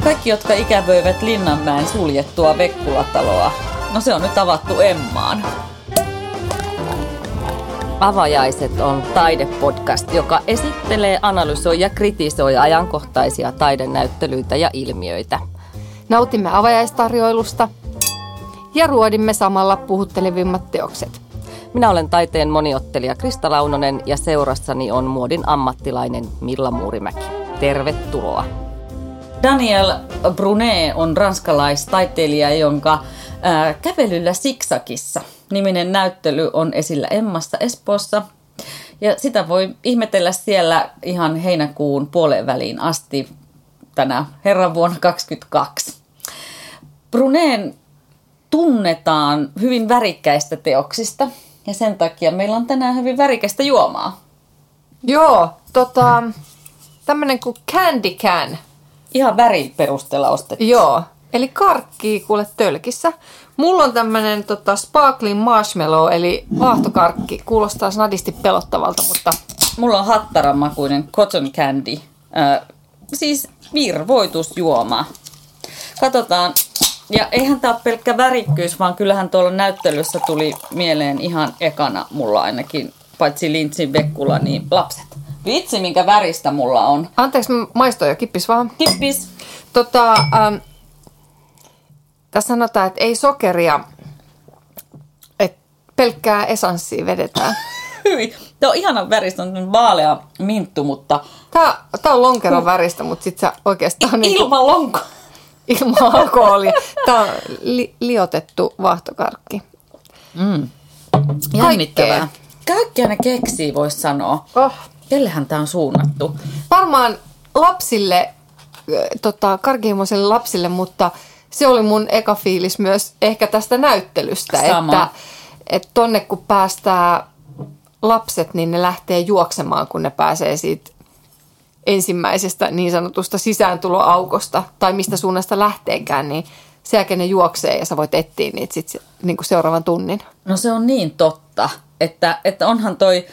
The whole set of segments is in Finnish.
Kaikki, jotka ikävöivät Linnanmäen suljettua Vekkulataloa, no se on nyt avattu Emmaan. Avajaiset on taidepodcast, joka esittelee, analysoi ja kritisoi ajankohtaisia taidenäyttelyitä ja ilmiöitä. Nautimme avajaistarjoilusta ja ruodimme samalla puhuttelevimmat teokset. Minä olen taiteen moniottelija Krista Launonen ja seurassani on muodin ammattilainen Milla Muurimäki. Tervetuloa! Daniel Brunet on ranskalaistaiteilija, jonka Kävelyllä siksakissa niminen näyttely on esillä Emmassa Espoossa. Ja sitä voi ihmetellä siellä ihan heinäkuun puoleen väliin asti tänä herran vuonna 2022. Brunet tunnetaan hyvin värikkäistä teoksista ja sen takia meillä on tänään hyvin värikästä juomaa. Joo, tämmönen kuin Candy Can. Ihan värin perusteella ostettu. Joo, eli karkkii kuule tölkissä. Mulla on tämmönen sparkling marshmallow, eli vaahtokarkki. Kuulostaa snadisti pelottavalta, mutta... Mulla on hattaranmakuinen cotton candy, siis virvoitusjuoma. Katsotaan. Ja eihän tää ole pelkkä värikkyys, vaan kyllähän tuolla näyttelyssä tuli mieleen ihan ekana mulla ainakin, paitsi Lintsin Vekkula, niin lapset. Vitsi, minkä väristä mulla on. Anteeksi, mä maistoin jo. Kippis vaan. Kippis. Tässä sanotaan, että ei sokeria, että pelkkää esanssia vedetään. Hyvin. Tämä on ihanan väristä, on vaalea minttu, mutta... Tää on lonkeron väristä, mutta sit sä oikeastaan... Ilman lonko. Ilman alkoholia. Tää on liotettu vaahtokarkki. Jännittävää. Kaikkea ne keksii, voisi sanoa. Kellehän tää on suunnattu? Varmaan lapsille, karkihimoisille lapsille, mutta se oli mun eka fiilis myös ehkä tästä näyttelystä. Sama. Että tonne kun päästää lapset, niin ne lähtee juoksemaan, kun ne pääsee siitä ensimmäisestä niin sanotusta sisääntuloaukosta tai mistä suunnasta lähteekään, niin sen jälkeen ne juoksee ja sä voit etsiä niitä sit niin kuin seuraavan tunnin. No se on niin totta, että onhan toi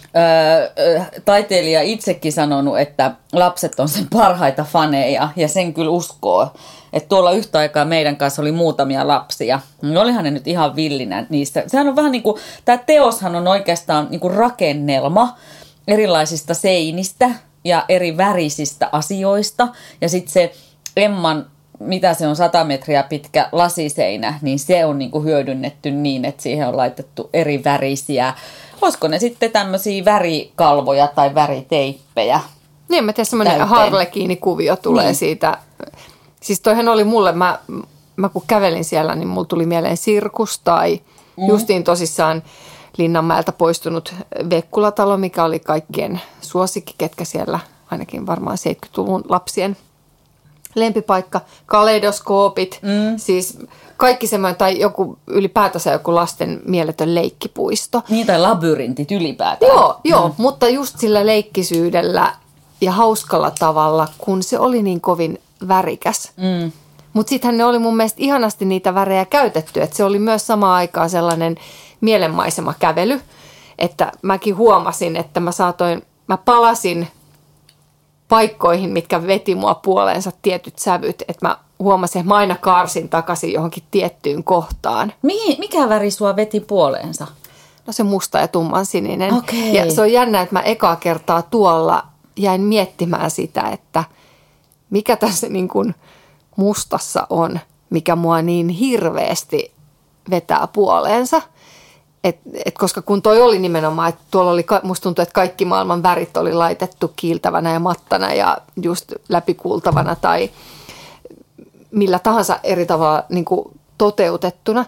taiteilija itsekin sanonut, että lapset on sen parhaita faneja ja sen kyllä uskoo. Että tuolla yhtä aikaa meidän kanssa oli muutamia lapsia. Niin olihan ne nyt ihan villinä niistä. Sehän on vähän niin kuin, tämä teoshan on oikeastaan niin kuin rakennelma erilaisista seinistä ja eri värisistä asioista. Ja sitten se Emman, mitä se on 100 metriä pitkä lasiseinä, niin se on niin kuin hyödynnetty niin, että siihen on laitettu eri värisiä. Olisiko ne sitten tämmöisiä värikalvoja tai väriteippejä? Niin, mä tiedän, semmoinen harlekiinikuvio tulee siitä. Siis toihan oli mulle, mä kun kävelin siellä, niin mulla tuli mieleen sirkus tai justiin tosissaan Linnanmäeltä poistunut Vekkulatalo, mikä oli kaikkien suosikki, ketkä siellä ainakin varmaan 70-luvun lapsien lempipaikka. Kaleidoskoopit, siis kaikki semmoinen, tai joku ylipäätänsä joku lasten mieletön leikkipuisto. Niin, tai labyrintit ylipäätään. Joo, mutta just sillä leikkisyydellä ja hauskalla tavalla, kun se oli niin kovin värikäs. Mutta sittenhän ne oli mun mielestä ihanasti niitä värejä käytetty, että se oli myös samaan aikaan sellainen mielenmaisema kävely, että mäkin huomasin, että mä palasin paikkoihin, mitkä veti mua puoleensa tietyt sävyt, että mä huomasin, että mä aina kaarsin takaisin johonkin tiettyyn kohtaan. Mikä väri sua veti puoleensa? No se musta ja tumman sininen. Okay. Ja se on jännä, että mä ekaa kertaa tuolla jäin miettimään sitä, että mikä tässä niin kuin mustassa on, mikä mua niin hirveästi vetää puoleensa. Koska kun toi oli nimenomaan, että tuolla oli, musta tuntui, että kaikki maailman värit oli laitettu kiiltävänä ja mattana ja just läpikuultavana tai millä tahansa eri tavalla niin kuin toteutettuna,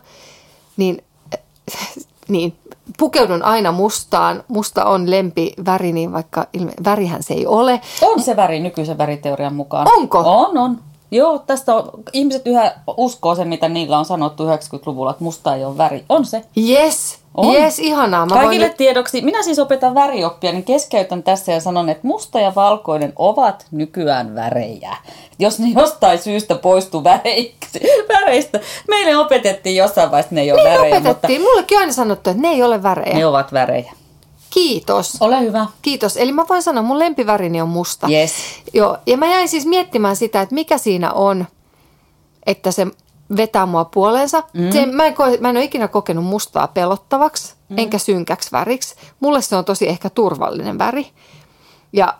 niin pukeudun aina mustaan. Musta on lempiväri, niin vaikka värihän se ei ole. On se väri nykyisen väriteorian mukaan. Onko? On. Joo, tästä ihmiset yhä uskoo sen, mitä niillä on sanottu 90-luvulla, että musta ei ole väri. On se. Yes, ihanaa. Kaikille tiedoksi, minä siis opetan värioppia, niin keskeytän tässä ja sanon, että musta ja valkoinen ovat nykyään värejä. Jos ne jostain syystä poistuu väreistä. Meille opetettiin jossain vaiheessa, että ne ei ole värejä. Opetettiin. Mullekin on aina sanottu, että ne ei ole värejä. Ne ovat värejä. Kiitos. Ole hyvä. Kiitos. Eli mä voin sanoa, mun lempivärini on musta. Yes. Joo, ja mä jäin siis miettimään sitä, että mikä siinä on, että se vetää mua puoleensa. Mä en ole ikinä kokenut mustaa pelottavaksi, enkä synkäksi väriksi. Mulle se on tosi ehkä turvallinen väri. Ja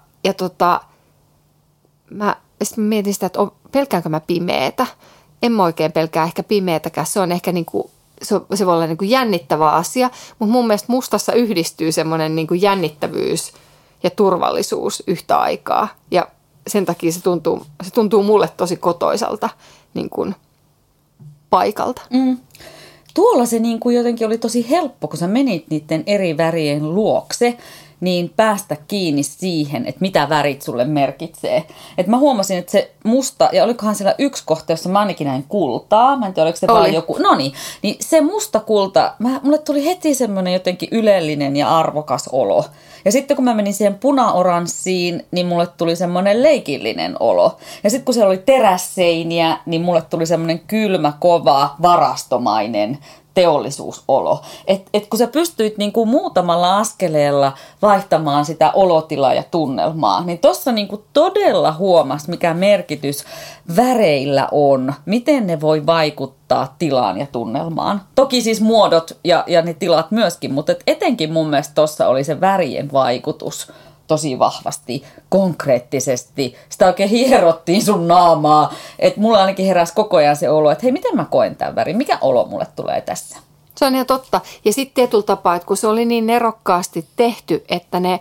mä mietin sitä, että pelkäänkö mä pimeätä. En mä oikein pelkää ehkä pimeätäkään. Se on ehkä niinku, se voi olla niinku jännittävä asia, mutta mun mielestä mustassa yhdistyy semmoinen niinku jännittävyys ja turvallisuus yhtä aikaa. Ja sen takia se tuntuu mulle tosi kotoisalta niin kuin paikalta. Tuolla se niin kuin jotenkin oli tosi helppo, kun sä menit niiden eri värien luokse, niin päästä kiinni siihen, että mitä värit sulle merkitsee. Et mä huomasin, että se musta, ja olikohan siellä yksi kohta, jossa mä ainakin näin kultaa, mä en tiedä, oliko se vaan joku, niin se musta kulta, mulle tuli heti semmoinen jotenkin ylellinen ja arvokas olo. Ja sitten kun mä menin siihen punaoranssiin, niin mulle tuli semmoinen leikillinen olo. Ja sitten kun siellä oli terässeiniä, niin mulle tuli semmoinen kylmä, kova, varastomainen teollisuusolo. Et kun sä pystyit niin kuin muutamalla askeleella vaihtamaan sitä olotilaa ja tunnelmaa, niin tossa niin kuin todella huomasi, mikä merkitys väreillä on, miten ne voi vaikuttaa tilaan ja tunnelmaan. Toki siis muodot ja ne tilat myöskin, mutta etenkin mun mielestä tossa oli se värien vaikutus tosi vahvasti, konkreettisesti. Sitä oikein hierottiin sun naamaa. Että mulla ainakin heräsi koko ajan se olo, että hei, miten mä koen tämän värin? Mikä olo mulle tulee tässä? Se on ihan totta. Ja sitten tietyllä tapaa, että kun se oli niin nerokkaasti tehty, että ne,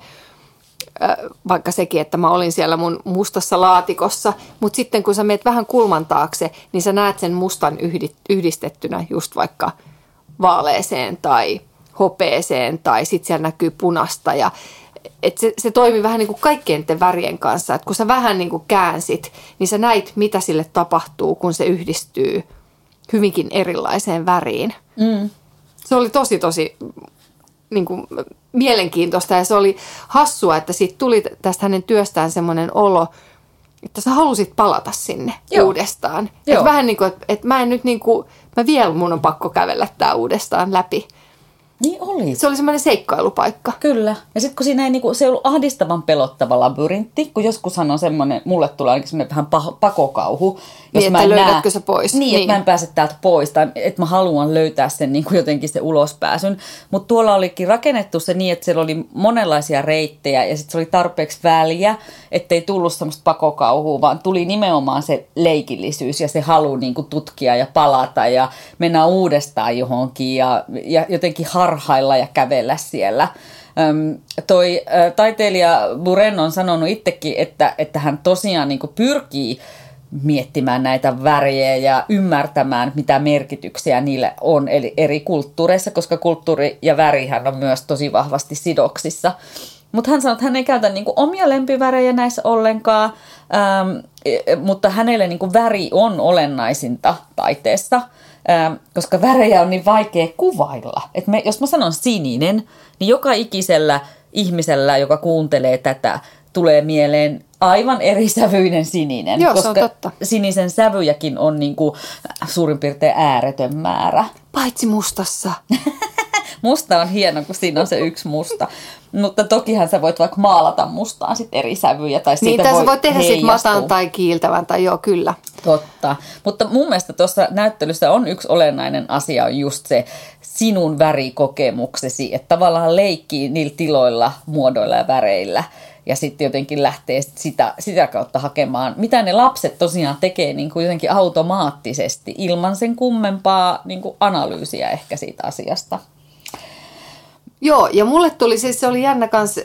vaikka sekin, että mä olin siellä mun mustassa laatikossa, mutta sitten kun sä meet vähän kulman taakse, niin sä näet sen mustan yhdistettynä just vaikka vaaleeseen tai hopeeseen tai sitten siellä näkyy punasta ja että se toimi vähän niin kuin kaikkien niiden värien kanssa. Että kun sä vähän niin kuin käänsit, niin sä näit, mitä sille tapahtuu, kun se yhdistyy hyvinkin erilaiseen väriin. Se oli tosi niin kuin mielenkiintoista ja se oli hassua, että siitä tuli tästä hänen työstään semmoinen olo, että sä halusit palata sinne uudestaan. Että vähän niin kuin, että mä en nyt niin kuin, mun on pakko kävellä tää uudestaan läpi. Niin oli. Se oli semmoinen seikkailupaikka. Kyllä. Ja sitten kun siinä ei, niinku, se ei ollut ahdistavan pelottava labyrintti, kun joskushan on semmoinen, mulle tulee ainakin semmoinen vähän pakokauhu. Jos niin, mä että löydätkö sä pois. Niin, että mä en pääse täältä pois tai että mä haluan löytää sen niinku jotenkin se ulospääsyn. Mutta tuolla olikin rakennettu se niin, että siellä oli monenlaisia reittejä ja sitten se oli tarpeeksi väliä, ettei tullut semmoista pakokauhua, vaan tuli nimenomaan se leikillisyys ja se halu niinku tutkia ja palata ja mennä uudestaan johonkin ja jotenkin harhailla ja kävellä siellä. Taiteilija Buren on sanonut itsekin, että hän tosiaan niin kuin pyrkii miettimään näitä värejä ja ymmärtämään, mitä merkityksiä niille on eli eri kulttuureissa, koska kulttuuri ja värihän on myös tosi vahvasti sidoksissa. Mutta hän sanoi, että hän ei käytä niin kuin omia lempivärejä näissä ollenkaan, mutta hänelle niin kuin väri on olennaisinta taiteessa. Koska värejä on niin vaikea kuvailla. Jos mä sanon sininen, niin joka ikisellä ihmisellä, joka kuuntelee tätä, tulee mieleen aivan eri sävyinen sininen. Joo, koska se on totta. Sinisen sävyjäkin on niin kuin suurin piirtein ääretön määrä. Paitsi mustassa. Musta on hieno, kun siinä on se yksi musta. Mutta tokihan sä voit vaikka maalata mustaan sit eri sävyjä. Tai siitä niin, tai sä voi voit tehdä sitten matan tai kiiltävän, tai joo, kyllä. Totta. Mutta mun mielestä tuossa näyttelyssä on yksi olennainen asia, on just se sinun värikokemuksesi. Että tavallaan leikkii niillä tiloilla, muodoilla ja väreillä. Ja sitten jotenkin lähtee sitä kautta hakemaan, mitä ne lapset tosiaan tekee niin kuin jotenkin automaattisesti, ilman sen kummempaa niin kuin analyysiä ehkä siitä asiasta. Joo, ja mulle tuli siis, se oli jännä kanssa,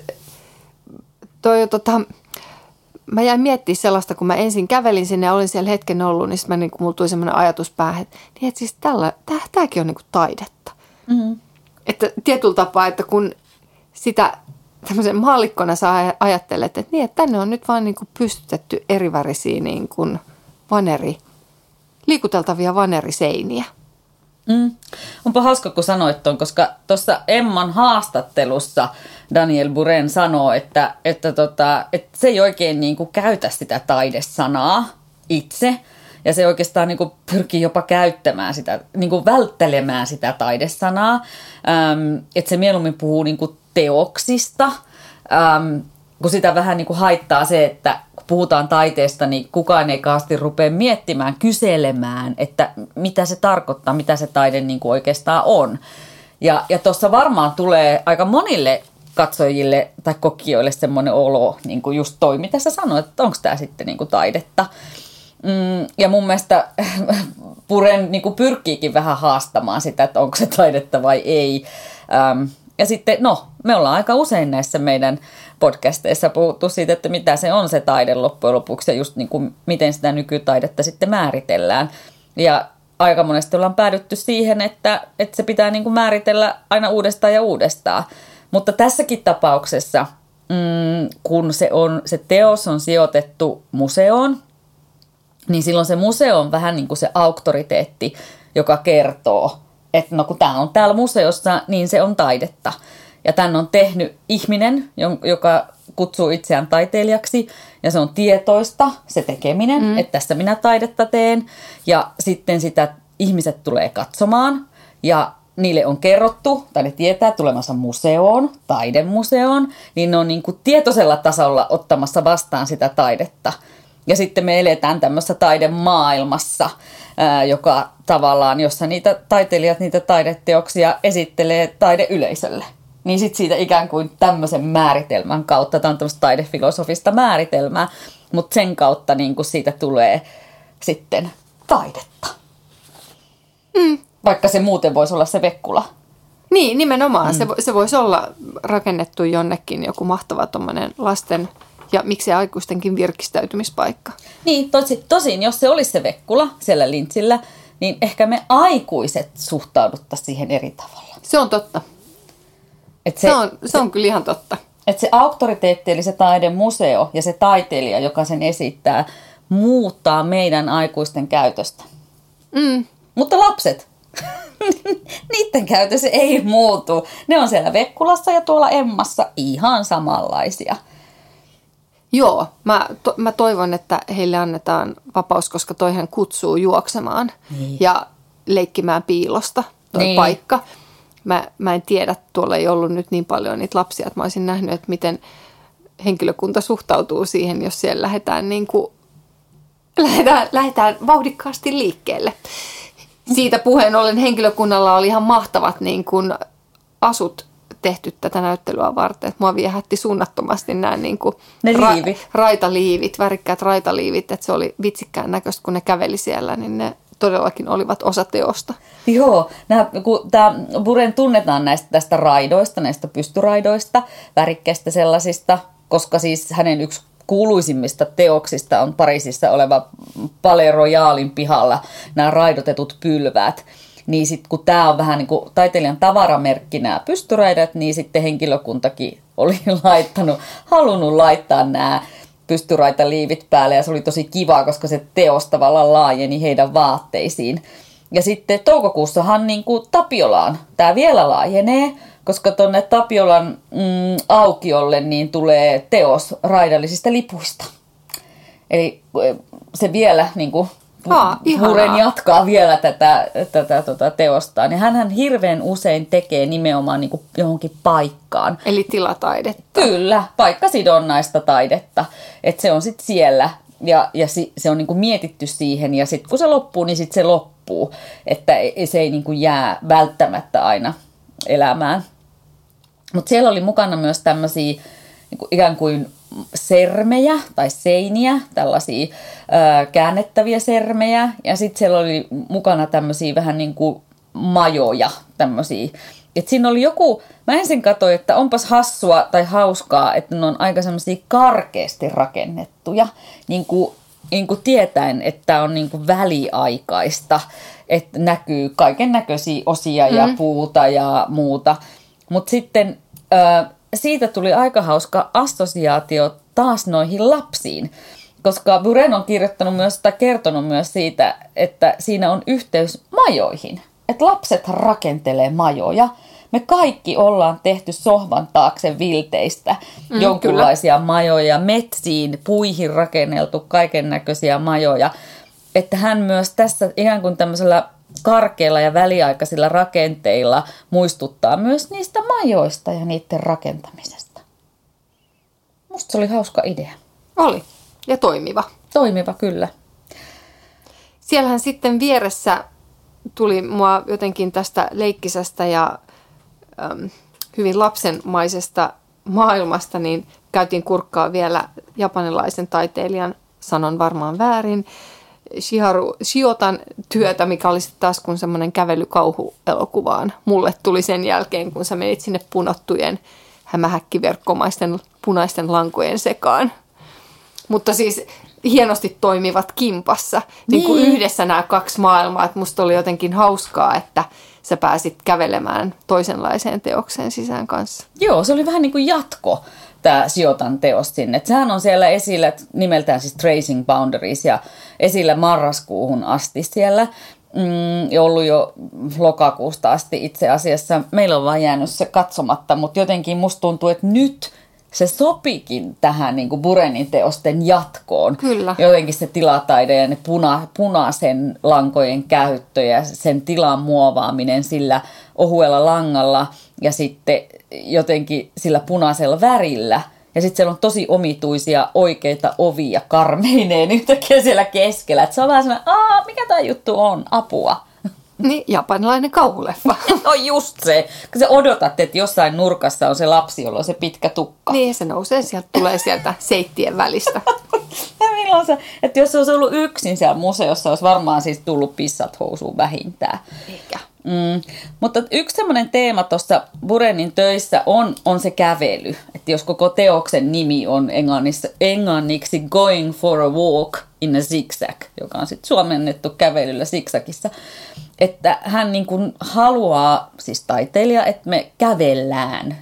mä jäin miettimään sellaista, kun mä ensin kävelin sinne ja olin siellä hetken ollut, niin sitten niin mulla tuli semmoinen ajatus päähän, että siis tämäkin on niin kuin taidetta. Mm-hmm. Että tietyllä tapaa, että kun sitä tämmöisen maallikkona sä ajattelet, että niin, että tänne on nyt vaan niin kuin pystytetty erivärisiä niin kuin liikuteltavia vaneriseiniä. Onpa hauska, kun sanoit ton, koska tuossa Emman haastattelussa Daniel Buren sanoo, että se ei oikein niin kuin käytä sitä taidesanaa itse. Ja se oikeastaan niin kuin pyrkii jopa käyttämään sitä, niin kuin välttelemään sitä taidesanaa. Että se mieluummin puhuu niin kuin teoksista, kun sitä vähän niin kuin haittaa se, että kun puhutaan taiteesta, niin kukaan ei kaasti rupea miettimään, kyselemään, että mitä se tarkoittaa, mitä se taide niin kuin oikeastaan on. Ja tuossa varmaan tulee aika monille katsojille tai kokijoille semmoinen olo, niin kuin just toi, mitä sä sanoit, että onko tämä sitten niin kuin taidetta. Ja mun mielestä Buren niin kuin pyrkiikin vähän haastamaan sitä, että onko se taidetta vai ei. Ja sitten, me ollaan aika usein näissä meidän podcasteissa puhuttu siitä, että mitä se on se taide loppujen lopuksi ja just niin kuin miten sitä nykytaidetta sitten määritellään. Ja aika monesti ollaan päädytty siihen, että se pitää niin kuin määritellä aina uudestaan ja uudestaan. Mutta tässäkin tapauksessa, kun se teos on sijoitettu museoon, niin silloin se museo on vähän niin kuin se auktoriteetti, joka kertoo, että kun tämä on täällä museossa, niin se on taidetta. Ja tämän on tehnyt ihminen, joka kutsuu itseään taiteilijaksi, ja se on tietoista, se tekeminen, että tässä minä taidetta teen. Ja sitten sitä ihmiset tulee katsomaan, ja niille on kerrottu, tai ne tietää tulemassa museoon, taidemuseoon, niin ne on niin kuin tietoisella tasolla ottamassa vastaan sitä taidetta. Ja sitten me eletään tämmöisessä taidemaailmassa, joka tavallaan, jossa niitä taiteilijat niitä taideteoksia esittelee taideyleisölle. Niin sitten siitä ikään kuin tämmöisen määritelmän kautta, tämä on tämmöistä taidefilosofista määritelmää, mutta sen kautta niin kuin siitä tulee sitten taidetta. Vaikka se muuten voisi olla se Vekkula. Niin, nimenomaan. Se voisi olla rakennettu jonnekin joku mahtava tommoinen lasten ja miksei aikuistenkin virkistäytymispaikka. Niin, tosin jos se olisi se Vekkula siellä lintsillä, niin ehkä me aikuiset suhtauduttaisiin siihen eri tavalla. Se on totta. Se on kyllä ihan totta. Että se auktoriteetti, eli se taidemuseo ja se taiteilija, joka sen esittää, muuttaa meidän aikuisten käytöstä. Mutta lapset, niiden käytös ei muutu. Ne on siellä Vekkulassa ja tuolla Emmassa ihan samanlaisia. Joo, mä toivon, että heille annetaan vapaus, koska toihan kutsuu juoksemaan ja leikkimään piilosta paikka. Mä en tiedä, tuolla ei ollut nyt niin paljon niitä lapsia, että mä olisin nähnyt, että miten henkilökunta suhtautuu siihen, jos siellä lähdetään vauhdikkaasti liikkeelle. Siitä puheen ollen henkilökunnalla oli ihan mahtavat niin kuin asut tehty tätä näyttelyä varten. Mua viehätti suunnattomasti nämä niin kuin raitaliivit, värikkäät raitaliivit, että se oli vitsikkään näköistä, kun ne käveli siellä, niin ne todellakin olivat osa teosta. Joo, Buren tunnetaan tästä raidoista, näistä pystyraidoista, värikkäistä sellaisista, koska siis hänen yksi kuuluisimmista teoksista on Pariisissa oleva Palais Royalin pihalla nämä raidotetut pylväät. Niin sitten kun tämä on vähän niin kuin taiteilijan tavaramerkki nämä pystyraidat, niin sitten henkilökuntakin oli halunnut laittaa nämä pystyraitaliivit päälle. Ja se oli tosi kiva, koska se teos tavallaan laajeni heidän vaatteisiin. Ja sitten toukokuussahan niin kuin Tapiolaan tämä vielä laajenee, koska tuonne Tapiolan aukiolle niin tulee teos raidallisista lipuista. Eli se vielä niin kuin Buren jatkaa vielä tätä teostaan. Ja hänhän hirveän usein tekee nimenomaan niin kuin johonkin paikkaan. Eli tilataidetta. Kyllä, paikkasidonnaista taidetta. Että se on sitten siellä ja se on niin kuin mietitty siihen. Ja sitten kun se loppuu, niin sitten se loppuu. Että se ei niin kuin jää välttämättä aina elämään. Mutta siellä oli mukana myös tämmöisiä niin kuin ikään kuin sermejä tai seiniä, tällaisia käännettäviä sermejä. Ja sitten siellä oli mukana tämmöisiä vähän niin kuin majoja, tämmöisiä. Että siinä oli joku, mä ensin katsoin, että onpas hassua tai hauskaa, että ne on aika semmoisia karkeasti rakennettuja, niin kuin tietäen, että on niin kuin väliaikaista, että näkyy kaiken näköisiä osia ja puuta ja muuta. Mutta sitten siitä tuli aika hauska assosiaatio taas noihin lapsiin, koska Buren on kertonut myös siitä, että siinä on yhteys majoihin. Että lapset rakentelee majoja. Me kaikki ollaan tehty sohvan taakse vilteistä jonkunlaisia majoja, metsiin, puihin rakenneltu kaiken näköisiä majoja. Että hän myös tässä ihan kuin tämmöisellä karkeilla ja väliaikaisilla rakenteilla muistuttaa myös niistä majoista ja niiden rakentamisesta. Musta se oli hauska idea. Oli. Ja toimiva. Toimiva, kyllä. Siellähän sitten vieressä tuli mua jotenkin tästä leikkisestä ja hyvin lapsenmaisesta maailmasta, niin käytiin kurkkaa vielä japanilaisen taiteilijan, sanon varmaan väärin, Shiharu Shiotan työtä, mikä oli sitten taas kuin semmoinen kävelykauhuelokuvaan. Mulle tuli sen jälkeen, kun sä menit sinne punottujen hämähäkkiverkkomaisten punaisten lankojen sekaan. Mutta siis hienosti toimivat kimpassa, niin kuin yhdessä nämä kaksi maailmaa. Että musta oli jotenkin hauskaa, että sä pääsit kävelemään toisenlaiseen teokseen sisään kanssa. Joo, se oli vähän niin kuin jatko, tämä Shiotan teos sinne. Sehän on siellä esillä, nimeltään siis Tracing Boundaries, ja esillä marraskuuhun asti siellä. Ollut jo lokakuusta asti itse asiassa. Meillä on vaan jäänyt se katsomatta, mutta jotenkin musta tuntuu, että nyt se sopikin tähän niin kuin Burenin teosten jatkoon. Kyllä. Jotenkin se tilataide ja ne punaisen lankojen käyttö ja sen tilan muovaaminen sillä ohuella langalla ja sitten jotenkin sillä punaisella värillä. Ja sitten siellä on tosi omituisia oikeita ovia karmeineen yhtäkkiä siellä keskellä. Et se on vähän sellainen, mikä tämä juttu on? Apua. Niin, japanilainen kauhuleffa. No just se. Kun sä odotat, että jossain nurkassa on se lapsi, jolla on se pitkä tukka. Niin, se nousee sieltä, tulee sieltä seittien välistä. Ja milloin se, että jos se olisi ollut yksin siellä museossa, olisi varmaan siis tullut pissat housuun vähintään. Eikä. Mutta yksi semmoinen teema tuossa Burenin töissä on se kävely. Että jos koko teoksen nimi on englanniksi Going for a Walk in a Zigzag, joka on sitten suomennettu kävelyllä zigzagissa, että hän niin kuin haluaa, siis taiteilija, että me kävellään.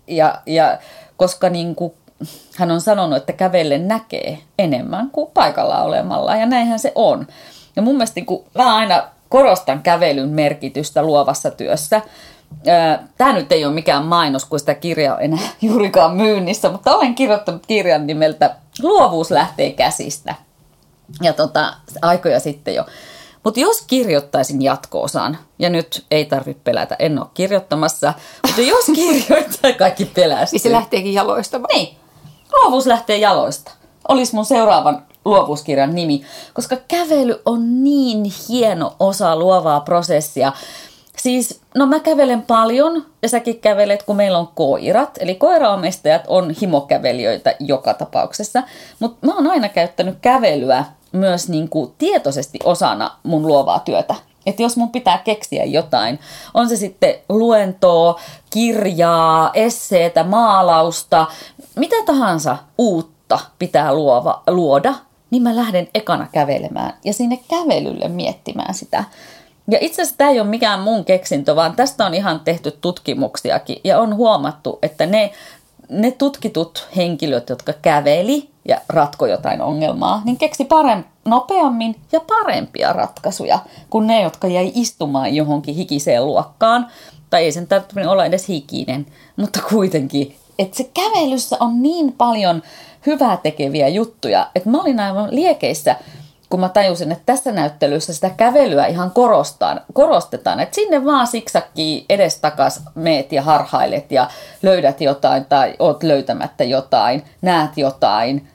Ja koska niin kuin hän on sanonut, että kävellen näkee enemmän kuin paikalla olemalla, ja näinhän se on. Ja mun mielestä niin kuin, mä aina korostan kävelyn merkitystä luovassa työssä. Tämä nyt ei ole mikään mainos, kun sitä kirjaa on enää juurikaan myynnissä, mutta olen kirjoittanut kirjan nimeltä Luovuus lähtee käsistä. Ja aikoja sitten jo. Mutta jos kirjoittaisin jatko-osan, ja nyt ei tarvitse pelätä, en ole kirjoittamassa, mutta jos kirjoittaa, kaikki pelästyy. Niin se lähteekin jaloista. Niin, luovuus lähtee jaloista. Olisi mun seuraavan luovuuskirjan nimi, koska kävely on niin hieno osa luovaa prosessia. Siis, no mä kävelen paljon ja säkin kävelet, kun meillä on koirat. Eli koiraomistajat on himokävelijöitä joka tapauksessa. Mutta mä oon aina käyttänyt kävelyä myös niin kuin tietoisesti osana mun luovaa työtä. Että jos mun pitää keksiä jotain, on se sitten luentoa, kirjaa, esseetä, maalausta, mitä tahansa uutta pitää luoda, niin mä lähden ekana kävelemään ja sinne kävelylle miettimään sitä. Ja itse asiassa tämä ei ole mikään mun keksintö, vaan tästä on ihan tehty tutkimuksiakin ja on huomattu, että ne tutkitut henkilöt, jotka käveli ja ratkoi jotain ongelmaa, niin keksi nopeammin ja parempia ratkaisuja kuin ne, jotka jäi istumaan johonkin hikiseen luokkaan. Tai ei sen tarvitse olla edes hikinen, mutta kuitenkin, että se kävelyssä on niin paljon hyvää tekeviä juttuja, että mä olin aivan liekeissä, kun mä tajusin, että tässä näyttelyssä sitä kävelyä ihan korostetaan, että sinne vaan siksakkiin edestakas meet ja harhailet ja löydät jotain tai oot löytämättä jotain, näet jotain.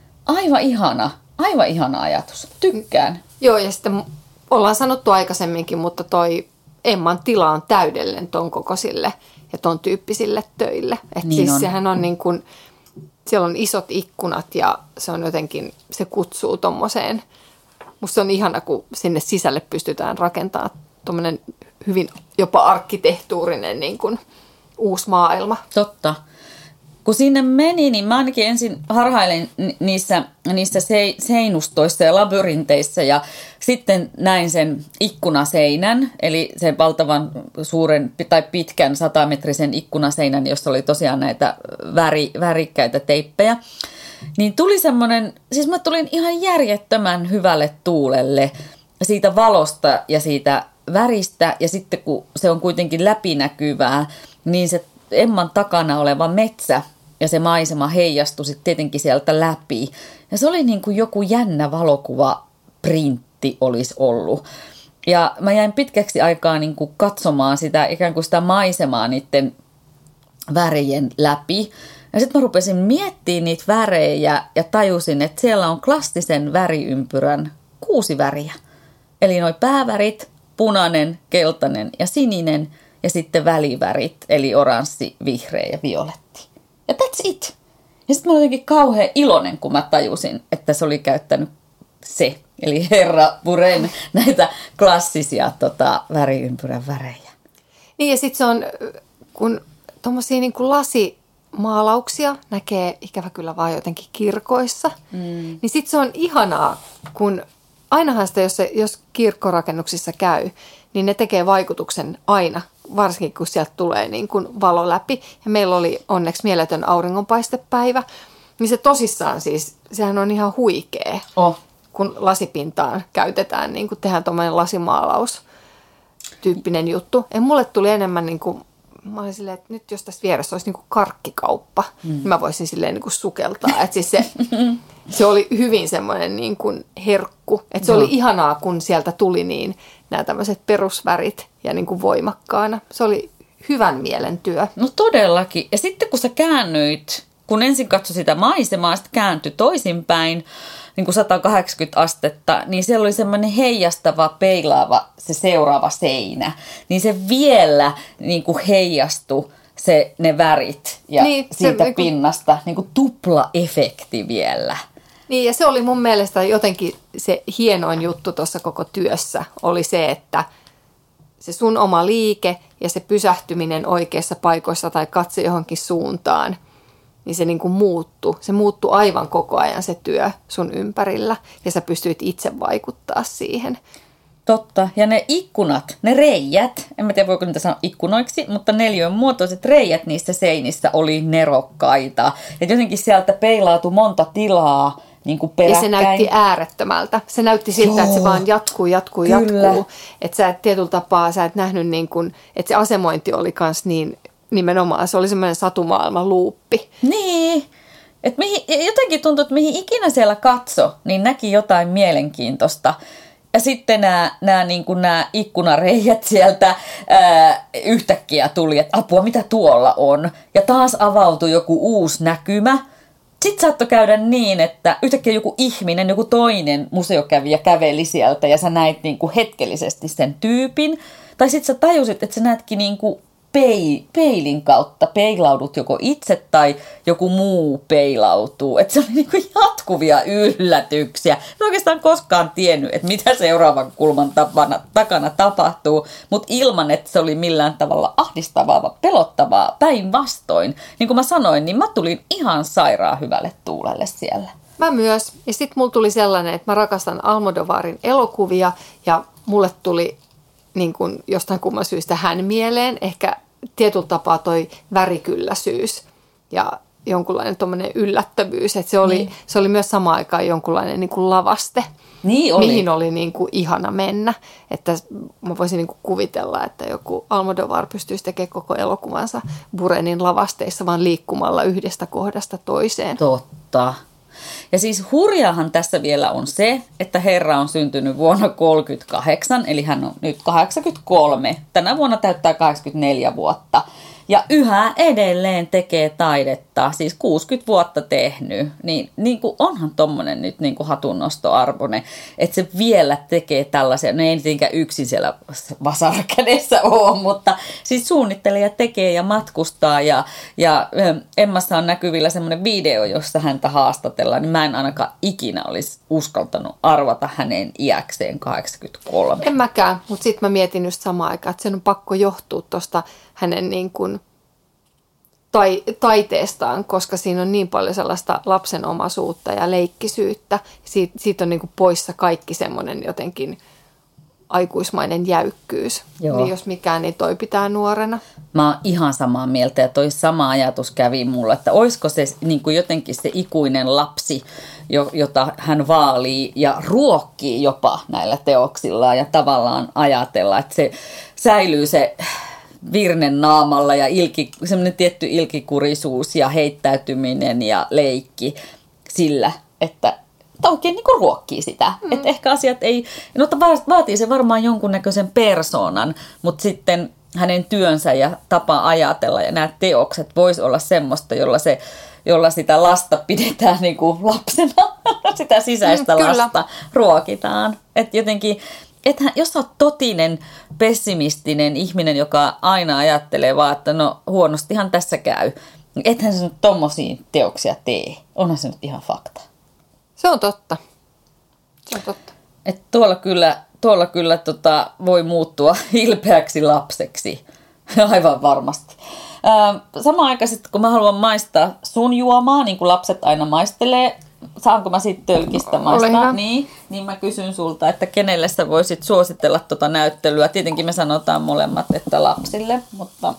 Aivan ihana ajatus. Tykkään. Joo, ja sitten ollaan sanottu aikaisemminkin, mutta toi Emman tila on täydellinen ton kokoisille ja ton tyyppisille töille. Että niin siis sehän on niin kuin, siellä on isot ikkunat ja se on jotenkin, se kutsuu tommoseen. Musta on ihana, kun sinne sisälle pystytään rakentamaan tommonen hyvin jopa arkkitehtuurinen niin kuin uusi maailma. Totta. Kun sinne meni, niin mä ainakin ensin harhailin niissä seinustoissa ja labyrinteissä ja sitten näin sen ikkunaseinän, eli sen valtavan suuren tai pitkän 100-metrisen ikkunaseinän, jossa oli tosiaan näitä värikkäitä teippejä. Niin tuli semmoinen, siis mä tulin ihan järjettömän hyvälle tuulelle siitä valosta ja siitä väristä. Ja sitten kun se on kuitenkin läpinäkyvää, niin se Emman takana oleva metsä ja se maisema heijastui sitten tietenkin sieltä läpi. Ja se oli niin kuin joku jännä valokuvaprintti olisi ollut. Ja mä jäin pitkäksi aikaa niin kuin katsomaan sitä ikään kuin sitä maisemaa niiden värien läpi. Ja sitten mä rupesin miettimään niitä värejä ja tajusin, että siellä on klassisen väriympyrän 6 väriä. Eli noi päävärit, punainen, keltainen ja sininen ja sitten välivärit, eli oranssi, vihreä ja violetti. Ja that's it. Ja sitten mä olin jotenkin kauhean iloinen, kun mä tajusin, että se oli käyttänyt se, eli herra Buren, näitä klassisia väriympyrän värejä. Niin ja sitten se on, kun tuommoisia niin kuin lasimaalauksia näkee ikävä kyllä vaan jotenkin kirkoissa, niin sitten se on ihanaa, kun ainahan sitä, jos kirkkorakennuksissa käy, niin ne tekee vaikutuksen aina, varsinkin kun sieltä tulee niin kuin valo läpi. Ja meillä oli onneksi mieletön auringonpaistepäivä, niin se tosissaan siis, sehän on ihan huikea, kun lasipintaan käytetään, niin kuin tehdään tuommoinen lasimaalaus-tyyppinen juttu. Ja mulle tuli enemmän niin kuin, mä olin silleen, että nyt jos tässä vieressä olisi niin kuin karkkikauppa, niin mä voisin silleen niin kuin sukeltaa. Että siis se oli hyvin semmoinen niin kuin herkku. Että se oli ihanaa, kun sieltä tuli niin nämä tämmöiset perusvärit ja niin kuin voimakkaana. Se oli hyvän mielen työ. No todellakin. Ja sitten kun sä käännyit, kun ensin katsoi sitä maisemaa, sitten kääntyi toisinpäin, niin kuin 180 astetta, niin siellä oli semmoinen heijastava, peilaava se seuraava seinä. Niin se vielä niin kuin heijastui ne värit ja niin, siitä pinnasta niin kuin tupla-efekti vielä. Niin ja se oli mun mielestä jotenkin se hienoin juttu tuossa koko työssä oli se, että se sun oma liike ja se pysähtyminen oikeassa paikoissa tai katse johonkin suuntaan, niin se niin kuin muuttui. Se muuttui aivan koko ajan se työ sun ympärillä ja sä pystyit itse vaikuttaa siihen. Totta. Ja ne ikkunat, ne reijät, en mä tiedä voiko niitä sanoa ikkunoiksi, mutta neliön muotoiset reijät niissä seinissä oli nerokkaita. Että jotenkin sieltä peilautui monta tilaa niin kuin peräkkäin. Ja se näytti äärettömältä. Se näytti siltä, että se vaan jatkuu. Että sä et tietyllä tapaa, sä et nähnyt niin kuin, että se asemointi oli kans niin nimenomaan, se oli semmoinen satumaailman luuppi. Niin. Jotenkin tuntui, että mihin ikinä siellä katso, niin näki jotain mielenkiintoista. Ja sitten nämä ikkunareijät sieltä yhtäkkiä tuli, että apua, mitä tuolla on. Ja taas avautui joku uusi näkymä. Sitten saattoi käydä niin, että yhtäkkiä joku ihminen, joku toinen museokävijä käveli sieltä ja sä näit niin kuin hetkellisesti sen tyypin. Tai sitten sä tajusit, että sä näetkin niin kuin peilin kautta peilaudut joko itse tai joku muu peilautuu. Että se oli niin kuin jatkuvia yllätyksiä. En oikeastaan koskaan tiennyt, että mitä seuraavan kulman takana tapahtuu, mutta ilman, että se oli millään tavalla ahdistavaa, pelottavaa, päinvastoin. Niin kuin mä sanoin, niin mä tulin ihan sairaan hyvälle tuulelle siellä. Mä myös. Ja sitten mulla tuli sellainen, että mä rakastan Almodovarin elokuvia ja mulle tuli niin kuin jostain kumman syystä hän mieleen, ehkä tietyllä tapaa toi värikylläisyys ja jonkunlainen tommoinen yllättävyys, että se oli myös samaan aikaan jonkunlainen niin kuin lavaste, niin oli. Mihin oli niin kuin ihana mennä, että mä voisin niin kuin kuvitella, että joku Almodovar pystyisi tekemään koko elokuvansa Burenin lavasteissa vaan liikkumalla yhdestä kohdasta toiseen. Totta. Ja siis hurjaahan tässä vielä on se, että herra on syntynyt vuonna 1938, eli hän on nyt 83. Tänä vuonna täyttää 84 vuotta. Ja yhä edelleen tekee taidetta, siis 60 vuotta tehnyt. Niin kuin onhan tommonen nyt niin kuin hatunnostoarvoinen, että se vielä tekee tällaisia. No ei niinkään yksin siellä vasarakädessä ole, mutta siis suunnittelee ja tekee ja matkustaa. Ja Emmassa on näkyvillä semmoinen video, jossa häntä haastatellaan. Niin mä en ainakaan ikinä olisi uskaltanut arvata hänen iäkseen 83. En mäkään, mutta sitten mä mietin just samaan aikaan, että sen on pakko johtua tuosta hänen niin kuin taiteestaan, koska siinä on niin paljon sellaista lapsenomaisuutta ja leikkisyyttä. Siitä on niin kuin poissa kaikki semmoinen jotenkin aikuismainen jäykkyys. Joo. Niin jos mikään, niin toi pitää nuorena. Mä oon ihan samaa mieltä ja toi sama ajatus kävi mulle, että olisiko se niin kuin jotenkin se ikuinen lapsi, jota hän vaalii ja ruokkii jopa näillä teoksillaan ja tavallaan ajatella, että se säilyy se virnen naamalla ja semmoinen tietty ilkikurisuus ja heittäytyminen ja leikki sillä, että oikein niin kuin ruokkii sitä. Että ehkä asiat ei, no vaatii se varmaan jonkunnäköisen persoonan, mutta sitten hänen työnsä ja tapa ajatella ja nämä teokset vois olla semmoista, jolla sitä lasta pidetään niin kuin lapsena, sitä sisäistä lasta ruokitaan. Että jotenkin, jos olet totinen, pessimistinen ihminen, joka aina ajattelee vaan, että no huonostihan tässä käy, niin ethän sä nyt tommosia teoksia tee. Onhan se nyt ihan fakta. Se on totta. Että tuolla kyllä voi muuttua hilpeäksi lapseksi. Aivan varmasti. Samanaikaisesti, kun mä haluan maistaa sun juomaa, niin kuin lapset aina maistelee, saanko mä siitä tölkistä maistaa? Niin mä kysyn sulta, että kenelle sä voisit suositella tuota näyttelyä. Tietenkin me sanotaan molemmat, että lapsille, mutta...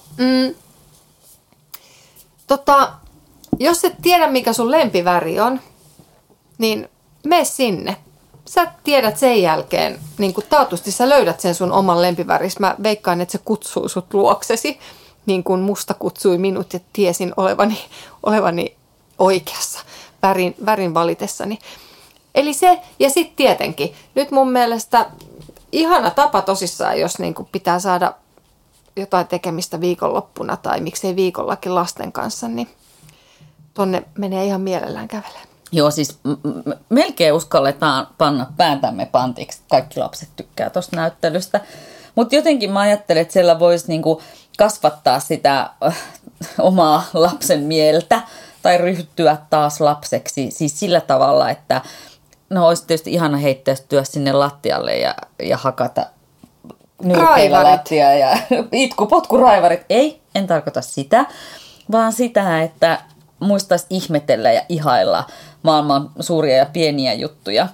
Jos et tiedä, mikä sun lempiväri on, niin mene sinne. Sä tiedät sen jälkeen, niin kuin taatusti sä löydät sen sun oman lempiväris. Mä veikkaan, että se kutsuu sut luoksesi, niin kuin musta kutsui minut ja tiesin olevani oikeassa värin valitessani. Eli se, ja sitten tietenkin, nyt mun mielestä ihana tapa tosissaan, jos niin kuin pitää saada jotain tekemistä viikonloppuna tai miksei viikollakin lasten kanssa, niin tonne menee ihan mielellään kävelemään. Joo, siis melkein uskalletaan panna päätämme pantiksi. Kaikki lapset tykkää tuosta näyttelystä. Mutta jotenkin mä ajattelen, että siellä voisi niinku kasvattaa sitä omaa lapsen mieltä tai ryhtyä taas lapseksi. Siis sillä tavalla, että no olisi tietysti ihana heittäytyä sinne lattialle ja hakata nyrkeillä lattiaa ja potkuraivarit. Ei, en tarkoita sitä, vaan sitä, että muistaisi ihmetellä ja ihailla maailman suuria ja pieniä juttuja.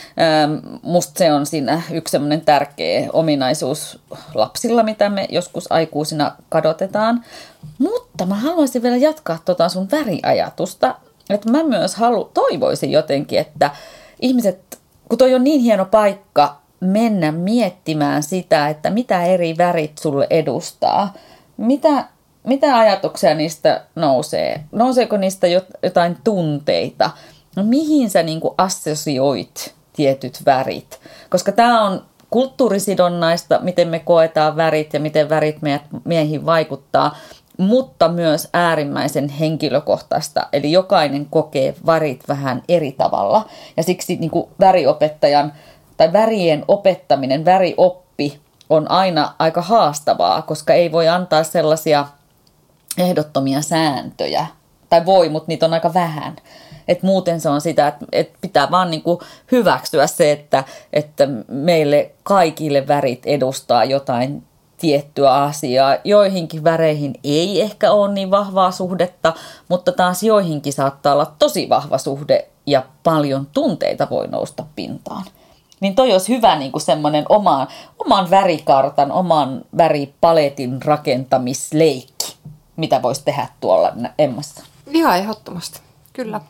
Musta se on siinä yksi semmoinen tärkeä ominaisuus lapsilla, mitä me joskus aikuisina kadotetaan. Mutta mä haluaisin vielä jatkaa sun väriajatusta. Että mä myös toivoisin jotenkin, että ihmiset, kun toi on niin hieno paikka mennä miettimään sitä, että mitä eri värit sulle edustaa. Mitä ajatuksia niistä nousee? Nouseeko niistä jotain tunteita? No, mihin sä niinku assosioit tietyt värit? Koska tämä on kulttuurisidonnaista, miten me koetaan värit ja miten värit meihin vaikuttaa, mutta myös äärimmäisen henkilökohtaista. Eli jokainen kokee värit vähän eri tavalla. Ja siksi niinku väriopettajan tai värien opettaminen, värioppi on aina aika haastavaa, koska ei voi antaa sellaisia ehdottomia sääntöjä. Tai voi, mutta niitä on aika vähän. Et muuten se on sitä, että pitää vaan niinku hyväksyä se, että meille kaikille värit edustaa jotain tiettyä asiaa. Joihinkin väreihin ei ehkä ole niin vahvaa suhdetta, mutta taas joihinkin saattaa olla tosi vahva suhde ja paljon tunteita voi nousta pintaan. Niin toi olisi hyvä niinku semmoinen oman värikartan, oman väripaletin rakentamisleikki, mitä voisi tehdä tuolla Emmassa. Ihan ehdottomasti, kyllä.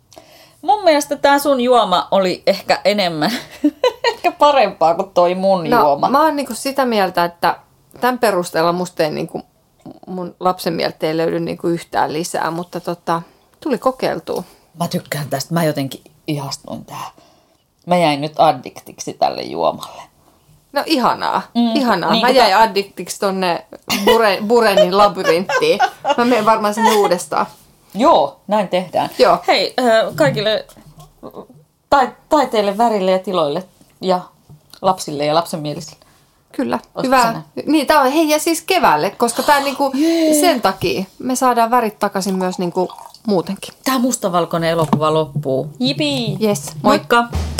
Mun mielestä tää sun juoma oli ehkä enemmän, ehkä parempaa kuin toi mun juoma. Mä oon niinku sitä mieltä, että tämän perusteella musta ei niinku, mun lapsen mieltä ei löydy niinku yhtään lisää, mutta tuli kokeiltua. Mä tykkään tästä, mä jotenkin ihastuin tähän. Mä jäin nyt addiktiksi tälle juomalle. No ihanaa. Niin, mä jäin addiktiksi tonne Burenin labyrinttiin. Mä menen varmaan sinne uudestaan. Joo, näin tehdään. Joo. Hei, kaikille taiteille, värille ja tiloille ja lapsille ja lapsenmielisille. Kyllä, hyvä. Niin, tää on, hei, ja siis keväälle, koska tää niinku, sen takia me saadaan värit takaisin myös niinku muutenkin. Tää mustavalkoinen elokuva loppuu. Jipii! Yes, Moikka!